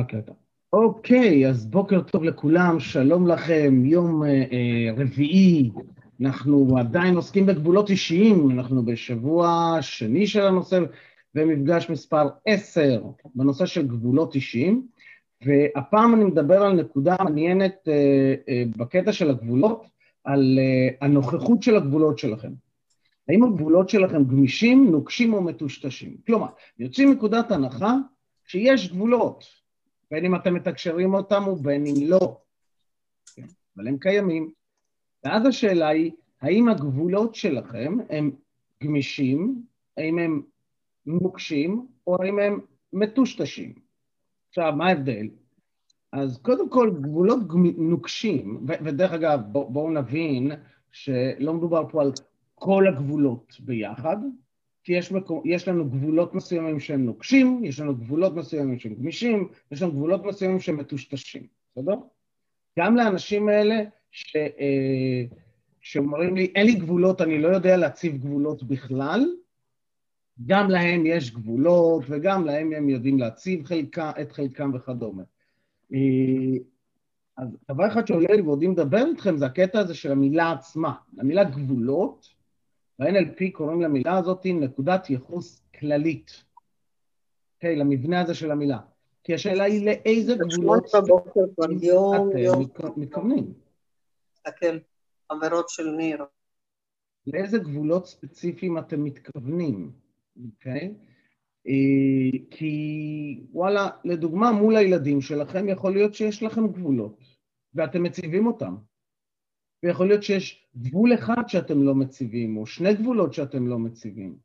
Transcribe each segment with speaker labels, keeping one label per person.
Speaker 1: הקלטה. אוקיי, אז בוקר טוב לכולם, שלום לכם, יום רביעי, אנחנו עדיין עוסקים בגבולות אישיים, אנחנו בשבוע שני של הנושא, ומפגש מספר 10 בנושא של גבולות אישיים, והפעם אני מדבר על נקודה מעניינת בקטע של הגבולות, על הנוכחות של הגבולות שלכם. האם הגבולות שלכם גמישים, נוקשים או מטושטשים? כלומר, יוצאים נקודת הנחה שיש גבולות, בין אם אתם מתקשרים אותם ובין אם לא, כן? אבל הם קיימים. ואז השאלה היא, האם הגבולות שלכם הם גמישים, האם הם נוקשים, או האם הם מטושטשים? עכשיו, מה ההבדל? אז קודם כל, גבולות נוקשים, ודרך אגב, בואו נבין שלא מדובר פה על כל הגבולות ביחד, כי יש לנו גבולות מסוימים שהם נוקשים, יש לנו גבולות מסוימים שהם גמישים, יש לנו גבולות מסוימים שהם מטושטשים, בסדר? גם לאנשים האלה שאומרים לי, אין לי גבולות, אני לא יודע להציב גבולות בכלל, גם להם יש גבולות, וגם להם הם יודעים להציב את חלקם וכדומה. אז דבר אחד שעולה לי ועודים לדבר איתכם, זה הקטע הזה של המילה עצמה. המילה גבולות, ב-NLP קוראים למילה הזאת נקודת ייחוס כללית. אוקיי, למבנה הזה של המילה. כי השאלה היא לאיזה גבולות אתם מתכוונים.
Speaker 2: תסתכל, חברות של ניר.
Speaker 1: לאיזה גבולות ספציפיים אתם מתכוונים, אוקיי? כי וואלה, לדוגמה, מול הילדים שלכם יכול להיות שיש לכם גבולות, ואתם מציבים אותם. ויכול להיות שיש גבול אחד שאתם לא מציבים, או שני גבולות שאתם לא מציבים.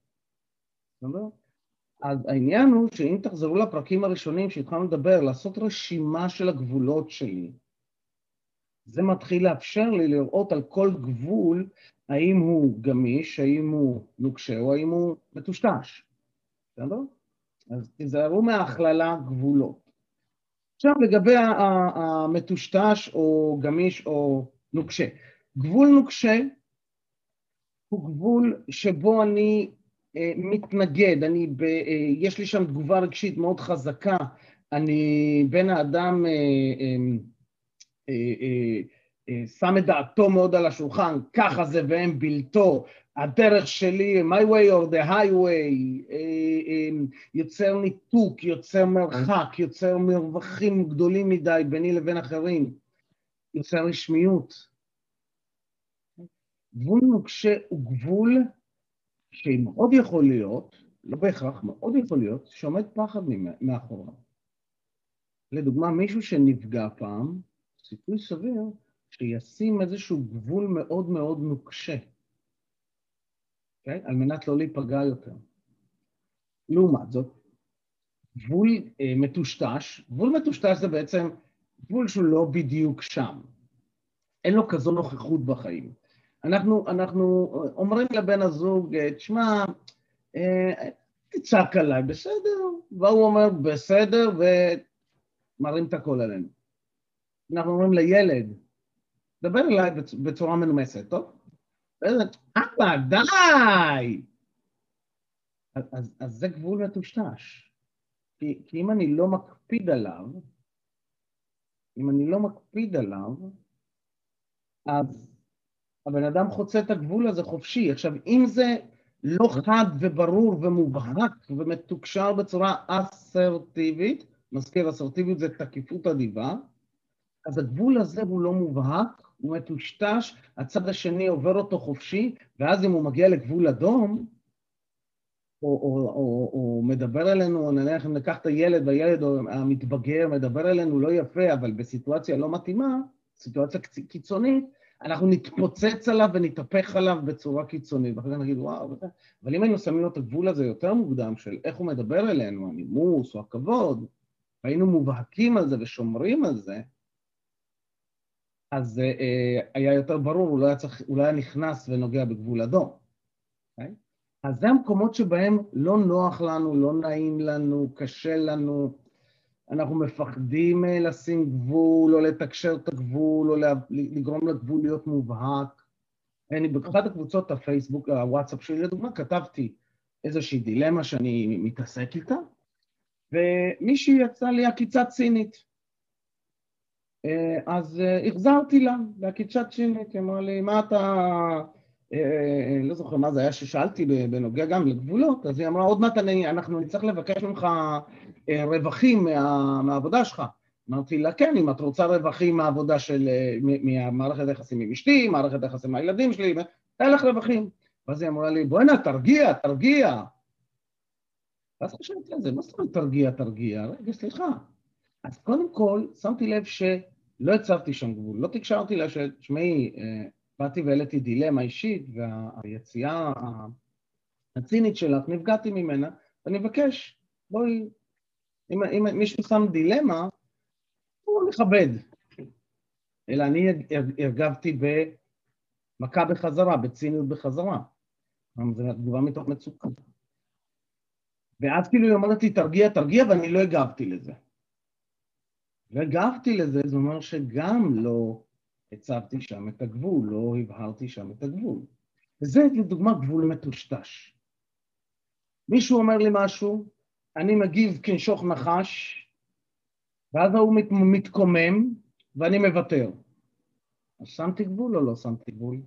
Speaker 1: אז העניין הוא שאם תחזרו לפרקים הראשונים שהתחלנו לדבר, לעשות רשימה של הגבולות שלי, זה מתחיל לאפשר לי לראות על כל גבול, האם הוא גמיש, האם הוא נוקשה, או האם הוא מטושטש. בסדר? אז תזהרו מההכללה גבולות. עכשיו לגבי המטושטש או גמיש או נוקשה. גבול נוקשה הוא גבול שבו אני מתנגד, יש לי שם תגובה רגשית מאוד חזקה, אני בין האדם שם את דעתו מאוד על השולחן, ככה זה והם בלתו, הדרך שלי, my way or the highway, יוצר ניתוק, יוצר מרחק, יוצר מרווחים גדולים מדי ביני לבין אחרים, יוצר רשמיות. גבול נוקשה הוא גבול שמאוד יכול להיות, לא בהכרח, מאוד יכול להיות, שעומד פחד מאחוריו. לדוגמה, מישהו שנפגע פעם, סיכוי סביר, שישים איזשהו גבול מאוד מאוד נוקשה, okay? על מנת לא להיפגע יותר. לעומת זאת, גבול מטושטש, גבול מטושטש זה בעצם גבול שהוא לא בדיוק שם. אין לו כזו נוכחות בחיים. אנחנו אומרים לבן הזוג, תשמע, תצעק עליי, בסדר? והוא אומר, בסדר, ומרים את הכל עלינו. אנחנו אומרים לילד, דבר אליי בצורה מנומסת, טוב? אבא, די! אז זה גבול מטושטש. כי אם אני לא מקפיד עליו, אז הבן אדם חוצה את הגבול הזה חופשי. עכשיו, אם זה לא חד וברור ומובהק ומתוקשר בצורה אסרטיבית, מזכיר אסרטיביות זה תקיפות אדיבה, אז הגבול הזה הוא לא מובהק, הוא מטושטש, הצד השני עובר אותו חופשי, ואז אם הוא מגיע לגבול אדום, או מדבר אלינו, או ניקח את הילד, והילד או המתבגר מדבר אלינו לא יפה, אבל בסיטואציה לא מתאימה, סיטואציה קיצונית, אנחנו נתפוצץ עליו ונתהפך עליו בצורה קיצונית, ואחרי זה נגיד, וואו, אבל אם היינו שמים לו את הגבול הזה יותר מוקדם, של איך הוא מדבר אלינו, הנימוס או הכבוד, והיינו מובהקים על זה ושומרים על זה, אז היה יותר ברור, הוא לא היה נכנס ונוגע בגבול אדום. Okay? אז זה המקומות שבהם לא נוח לנו, לא נעים לנו, קשה לנו, אנחנו מפחדים לשים גבול, או לתקשר את הגבול, או לגרום לגבול להיות מובהק. אני באחת הקבוצות הפייסבוק, הוואטסאפ שלי, לדוגמה, כתבתי איזושהי דילמה שאני מתעסק איתה, ומישהי יצאה לי עקיצה צינית. אז החזרתי לה, לעקיצה צינית, היא אמרה לי, מה אתה... לא זוכר מה זה היה ששאלתי בנוגע גם לגבולות, אז היא אמרה, עוד מעט אנחנו נצטרך לבקש ממך רווחים מהעבודה שלך. אמרתי לה, כן, אם את רוצה רווחים מהעבודה של, מהמערכת היחסים עם אשתי, מערכת היחסים עם הילדים שלי, אין לך רווחים. ואז היא אמרה לי, בוא'נה, תרגיע, תרגיע. ואז חשבתי על זה, מה זאת אומרת תרגיע? רגע, סליחה. אז קודם כל, שמתי לב שלא הצבתי שם גבול, לא תקשרתי לה ששמעי, באתי והעליתי דילמה אישית, והיציאה הצינית שלך, נפגעתי ממנה, ואני מבקש, בואי, אם מישהו שם דילמה, הוא מכבד. אלא אני הרגבתי במכה בחזרה, בציניות בחזרה. זו תגובה מתוך מצוקה. ואז כאילו היא אומרת לי, תרגיע, ואני לא הגבתי לזה. לא הגבתי לזה, זאת אומרת שגם לא הצבתי שם את הגבול, לא הבהרתי שם את הגבול. וזה לדוגמה גבול מטושטש. מישהו אומר לי משהו, אני מגיב כנשוך נחש, ואז הוא מתקומם, ואני מוותר. אז שמתי גבול או לא שמתי גבול?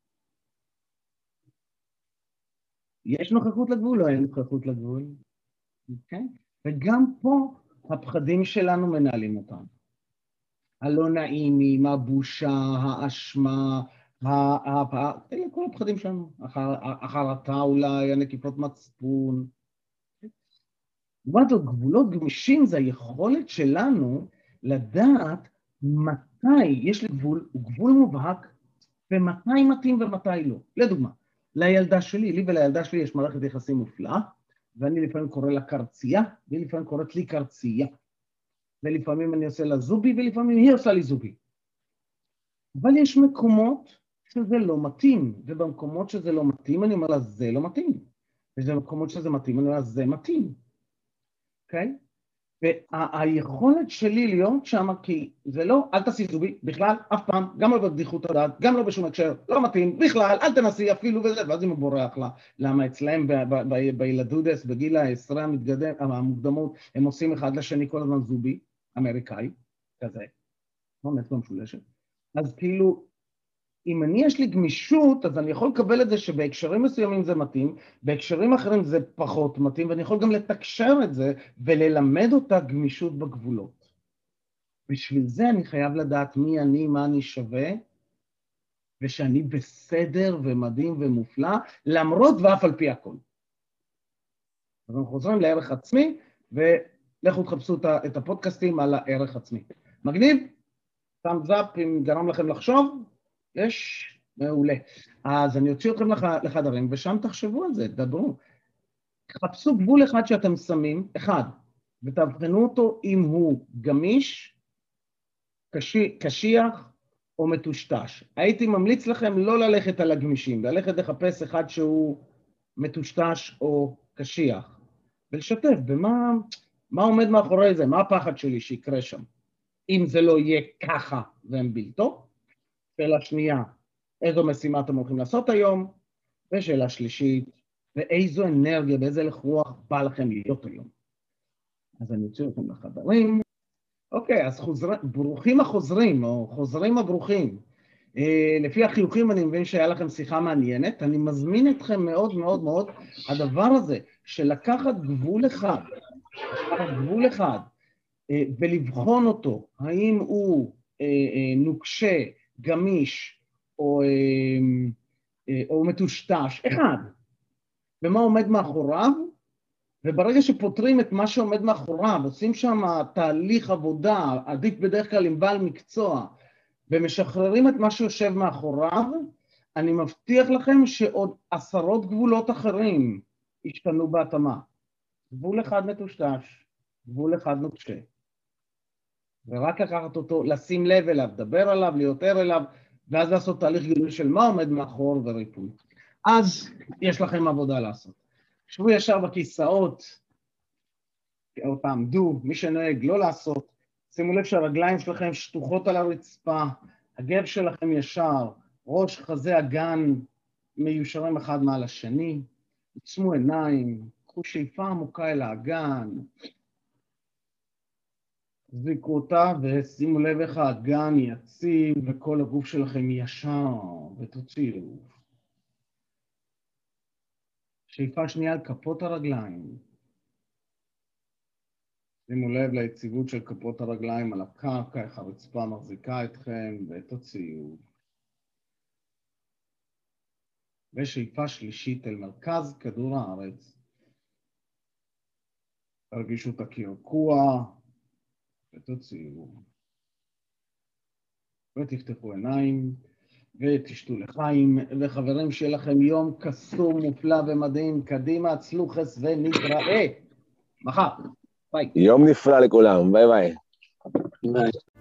Speaker 1: יש נוכחות לגבול או אין נוכחות לגבול? אוקיי? וגם פה הפחדים שלנו מנהלים אותם. הלא נעימים, הבושה, האשמה, אלה כל הפחדים שלנו. החרטה אולי, הנקיפות מצפון. לעומת זאת, גבולות גמישים זה היכולת שלנו לדעת מתי יש לי גבול, הוא גבול מובהק, ומתי מתאים ומתי לא. לדוגמה, לילדה שלי, לי ולילדה שלי יש מערכת יחסים מופלאה, ואני לפעמים קורא לה קרצייה, והיא לפעמים קוראת לי קרצייה. ולפעמים אני עושה לה זובי, ולפעמים היא עושה לי זובי. אבל יש מקומות שזה לא מתאים, ובמקומות שזה לא מתאים, אני אומר לה, זה לא מתאים. ובמקומות שזה מתאים, אני אומר לה, זה מתאים. אוקיי? והיכולת שלי להיות שם, כי זה לא, אל תעשי זובי, בכלל, אף פעם, גם לא בבדיחות הדעת, גם לא בשום הקשר, לא מתאים, בכלל, אל תנסי אפילו וזה, ואז אם הוא בורח לה, למה אצלהם בילדודס, בגיל העשרה המוקדמות, הם עושים אחד לשני כל הזמן זובי, אמריקאי, כזה, לא נצבע משולשת. אז כאילו, אם יש לי גמישות, אז אני יכול לקבל את זה שבהקשרים מסוימים זה מתאים, בהקשרים אחרים זה פחות מתאים, ואני יכול גם לתקשר את זה וללמד אותה גמישות בגבולות. בשביל זה אני חייב לדעת מי אני, מה אני שווה, ושאני בסדר ומדהים ומופלא, למרות ואף על פי הכל. אז אנחנו חוזרים לערך עצמי, ולכו תחפשו את הפודקאסטים על הערך עצמי. מגניב? thumbs up אם גרם לכם לחשוב? יש? מעולה. אז אני אוציא אתכם לחדרים, ושם תחשבו על זה, תדברו. תחפשו גבול אחד שאתם שמים, אחד, ותבחנו אותו אם הוא גמיש, קשיח או מטושטש. הייתי ממליץ לכם לא ללכת על הגמישים, ללכת לחפש אחד שהוא מטושטש או קשיח, ולשתף במה עומד מאחורי זה, מה הפחד שלי שיקרה שם. אם זה לא יהיה ככה והם בלתו, שאלה שנייה, איזו משימה אתם הולכים לעשות היום, ושאלה שלישית, ואיזו אנרגיה, באיזה הלך רוח בא לכם להיות היום. אז אני אוציא אתכם לחדרים. אוקיי, אז ברוכים החוזרים, או חוזרים הברוכים. לפי החיוכים אני מבין שהיה לכם שיחה מעניינת, אני מזמין אתכם מאוד מאוד מאוד, הדבר הזה של לקחת גבול אחד, ולבחון אותו, האם הוא נוקשה, גמיש, או מטושטש, אחד, ומה עומד מאחוריו, וברגע שפותרים את מה שעומד מאחוריו, עושים שם תהליך עבודה, עדיף בדרך כלל עם בעל מקצוע, ומשחררים את מה שיושב מאחוריו, אני מבטיח לכם שעוד 10 גבולות אחרים ישתנו בהתאמה. גבול אחד מטושטש, גבול אחד נוקשה. ורק לקחת אותו, לשים לב אליו, לדבר עליו, להיות ער אליו, ואז לעשות תהליך גילוי של מה עומד מאחור וריפוי. אז יש לכם עבודה לעשות. שבו ישר בכיסאות, או תעמדו, מי שנוהג לא לעשות, שימו לב שהרגליים שלכם שטוחות על הרצפה, הגב שלכם ישר, ראש, חזה, אגן, מיושרים אחד מעל השני, עצמו עיניים, קחו שאיפה עמוקה אל האגן, תחזיקו אותה ושימו לב איך האגן יציב וכל הגוף שלכם ישר ותוציאו. שאיפה שנייה על כפות הרגליים. שימו לב ליציבות של כפות הרגליים על הקרקע, איך הרצפה מחזיקה אתכם ותוציאו. ושאיפה שלישית אל מרכז כדור הארץ. תרגישו את הקרקוע ותוציאו. ותפתחו עיניים ותשתו לחיים. וחברים, שיהיה לכם יום קסום, מופלא ומדהים. קדימה, הצלו חס ונתראה. מחר. ביי.
Speaker 3: יום נפלא לכולם, ביי ביי.